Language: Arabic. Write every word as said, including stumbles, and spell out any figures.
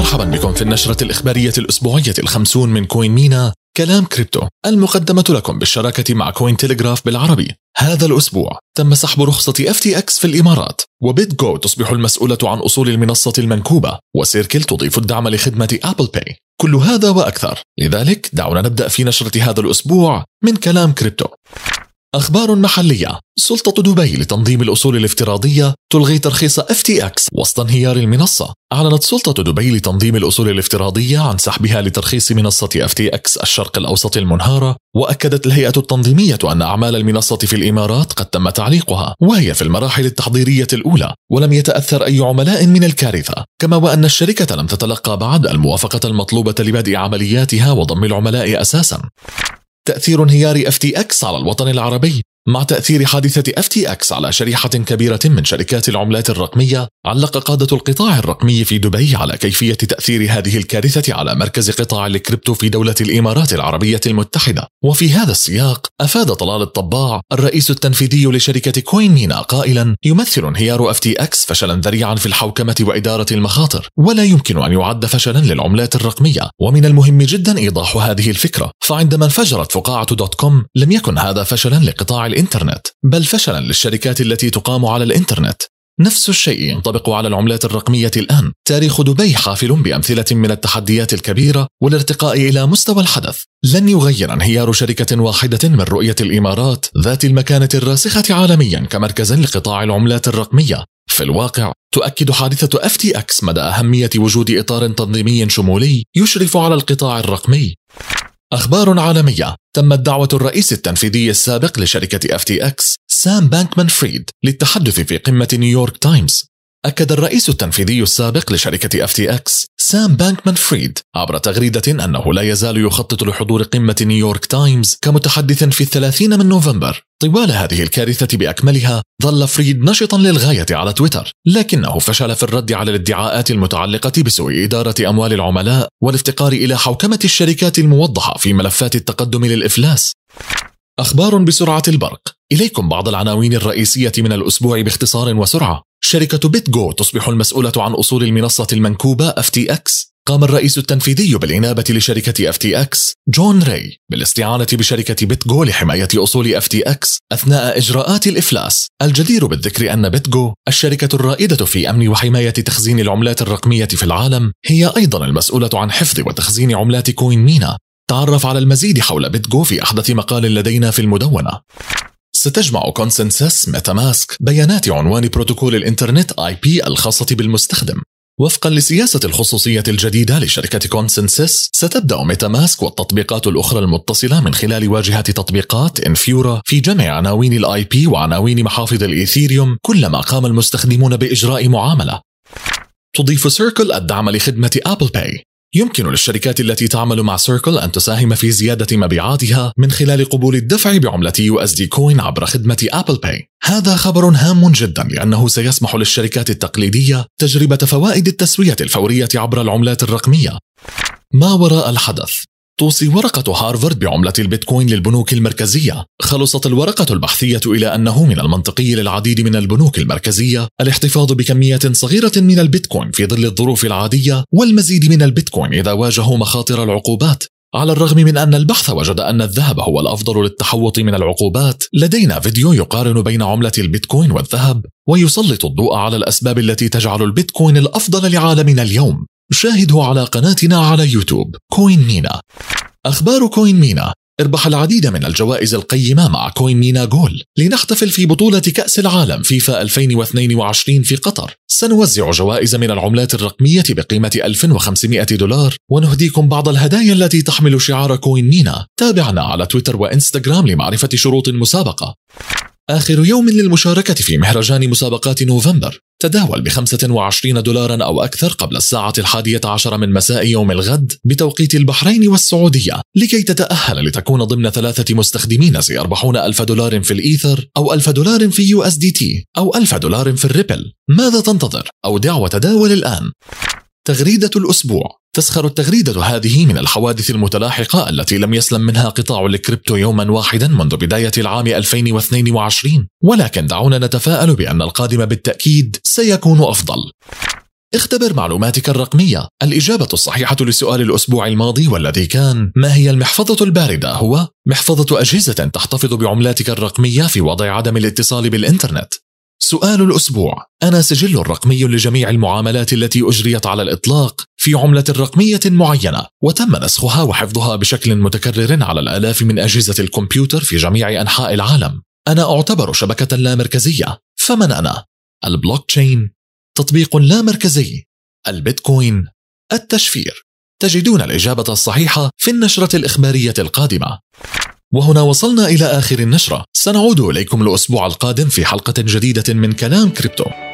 مرحبا بكم في النشرة الإخبارية الأسبوعية الخمسون من كوين مينا، كلام كريبتو، المقدمة لكم بالشراكة مع كوين تيليغراف بالعربي. هذا الأسبوع تم سحب رخصة إف تي إكس في الإمارات، وبيتجو تصبح المسؤولة عن أصول المنصة المنكوبة، وسيركل تضيف الدعم لخدمة أبل باي. كل هذا وأكثر، لذلك دعونا نبدأ في نشرة هذا الأسبوع من كلام كريبتو. أخبار محلية. سلطة دبي لتنظيم الأصول الافتراضية تلغي ترخيص إف تي إكس وسط انهيار المنصة. أعلنت سلطة دبي لتنظيم الأصول الافتراضية عن سحبها لترخيص منصة إف تي إكس الشرق الأوسط المنهارة، وأكدت الهيئة التنظيمية أن أعمال المنصة في الإمارات قد تم تعليقها وهي في المراحل التحضيرية الأولى، ولم يتأثر أي عملاء من الكارثة، كما وأن الشركة لم تتلقى بعد الموافقة المطلوبة لبدء عملياتها وضم العملاء أساساً. تأثير انهيار إف تي إكس على الوطن العربي. مع تأثير حادثة إف تي إكس على شريحة كبيرة من شركات العملات الرقمية، علق قادة القطاع الرقمي في دبي على كيفية تأثير هذه الكارثة على مركز قطاع الكريبتو في دولة الإمارات العربية المتحدة. وفي هذا السياق أفاد طلال الطباع الرئيس التنفيذي لشركة كوين مينا قائلا: يمثل انهيار إف تي إكس فشلا ذريعا في الحوكمة وإدارة المخاطر، ولا يمكن أن يعد فشلا للعملات الرقمية. ومن المهم جدا إيضاح هذه الفكرة، فعندما انفجرت فقاعة دوت كوم لم يكن هذا فشلا لقطاع الإنترنت، بل فشلا للشركات التي تقام على الإنترنت. نفس الشيء ينطبق على العملات الرقمية الآن. تاريخ دبي حافل بأمثلة من التحديات الكبيرة والارتقاء إلى مستوى الحدث. لن يغير انهيار شركة واحدة من رؤية الإمارات ذات المكانة الراسخة عالميا كمركز لقطاع العملات الرقمية. في الواقع تؤكد حادثة إف تي إكس مدى أهمية وجود إطار تنظيمي شمولي يشرف على القطاع الرقمي. أخبار عالمية. تمت دعوة الرئيس التنفيذي السابق لشركة إف تي إكس سام بانكمان فريد للتحدث في قمة نيويورك تايمز. أكد الرئيس التنفيذي السابق لشركة إف تي إكس سام بانكمان فريد عبر تغريدة أنه لا يزال يخطط لحضور قمة نيويورك تايمز كمتحدث في الثلاثين من نوفمبر. طوال هذه الكارثة بأكملها ظل فريد نشطا للغاية على تويتر، لكنه فشل في الرد على الادعاءات المتعلقة بسوء إدارة أموال العملاء والافتقار إلى حوكمة الشركات الموضحة في ملفات التقدم للإفلاس. أخبار بسرعة البرق. إليكم بعض العناوين الرئيسية من الأسبوع باختصار وسرعة. شركة بيتجو تصبح المسؤولة عن أصول المنصة المنكوبة إف تي إكس. قام الرئيس التنفيذي بالإنابة لشركة إف تي إكس جون راي بالاستعانة بشركة بيتجو لحماية أصول إف تي إكس أثناء إجراءات الإفلاس. الجدير بالذكر أن بيتجو الشركة الرائدة في أمن وحماية تخزين العملات الرقمية في العالم هي أيضا المسؤولة عن حفظ وتخزين عملات كوين مينا. تعرف على المزيد حول بيتجو في أحدث مقال لدينا في المدونة. ستجمع كونسنسس ميتا ماسك بيانات عنوان بروتوكول الإنترنت آي بي الخاصة بالمستخدم. وفقا لسياسة الخصوصية الجديدة لشركة كونسنسس، ستبدأ ميتا ماسك والتطبيقات الأخرى المتصلة من خلال واجهة تطبيقات انفيورا في جمع عناوين الآي بي وعناوين محافظ الإيثيريوم كلما قام المستخدمون بإجراء معاملة. تضيف سيركل الدعم لخدمة أبل باي. يمكن للشركات التي تعمل مع سيركل أن تساهم في زيادة مبيعاتها من خلال قبول الدفع بعملة يو إس دي كوين عبر خدمة أبل باي. هذا خبر هام جدا لأنه سيسمح للشركات التقليدية تجربة فوائد التسوية الفورية عبر العملات الرقمية. ما وراء الحدث. توصي ورقة هارفارد بعملة البيتكوين للبنوك المركزية. خلصت الورقة البحثية إلى أنه من المنطقي للعديد من البنوك المركزية الاحتفاظ بكمية صغيرة من البيتكوين في ظل الظروف العادية، والمزيد من البيتكوين إذا واجهوا مخاطر العقوبات. على الرغم من أن البحث وجد أن الذهب هو الأفضل للتحوط من العقوبات، لدينا فيديو يقارن بين عملة البيتكوين والذهب ويسلط الضوء على الأسباب التي تجعل البيتكوين الأفضل لعالمنا اليوم. شاهده على قناتنا على يوتيوب كوين مينا. أخبار كوين مينا. اربح العديد من الجوائز القيمة مع كوين مينا جول لنحتفل في بطولة كأس العالم فيفا ألفين واثنين وعشرين في قطر. سنوزع جوائز من العملات الرقمية بقيمة ألف وخمسمائة دولار، ونهديكم بعض الهدايا التي تحمل شعار كوين مينا. تابعنا على تويتر وإنستغرام لمعرفة شروط المسابقة. آخر يوم للمشاركة في مهرجان مسابقات نوفمبر. تداول بخمسة وعشرين دولاراً أو أكثر قبل الساعة الحادية عشر من مساء يوم الغد بتوقيت البحرين والسعودية لكي تتأهل لتكون ضمن ثلاثة مستخدمين سيربحون ألف دولار في الإيثر أو ألف دولار في يو إس دي تي أو ألف دولار في الريبل. ماذا تنتظر؟ أودع وتداول الآن. تغريدة الأسبوع. تسخر التغريدة هذه من الحوادث المتلاحقة التي لم يسلم منها قطاع الكريبتو يوما واحدا منذ بداية العام ألفين واثنين وعشرين، ولكن دعونا نتفائل بأن القادم بالتأكيد سيكون أفضل. اختبر معلوماتك الرقمية. الإجابة الصحيحة لسؤال الأسبوع الماضي والذي كان: ما هي المحفظة الباردة؟ هو محفظة أجهزة تحتفظ بعملاتك الرقمية في وضع عدم الاتصال بالإنترنت. سؤال الأسبوع: أنا سجل رقمي لجميع المعاملات التي أجريت على الإطلاق في عملة رقمية معينة وتم نسخها وحفظها بشكل متكرر على الآلاف من أجهزة الكمبيوتر في جميع أنحاء العالم. أنا أعتبر شبكة لا مركزية. فمن أنا؟ البلوكتشين، تطبيق لا مركزي، البيتكوين، التشفير. تجدون الإجابة الصحيحة في النشرة الإخبارية القادمة. وهنا وصلنا إلى آخر النشرة. سنعود إليكم الأسبوع القادم في حلقة جديدة من كلام كريبتو.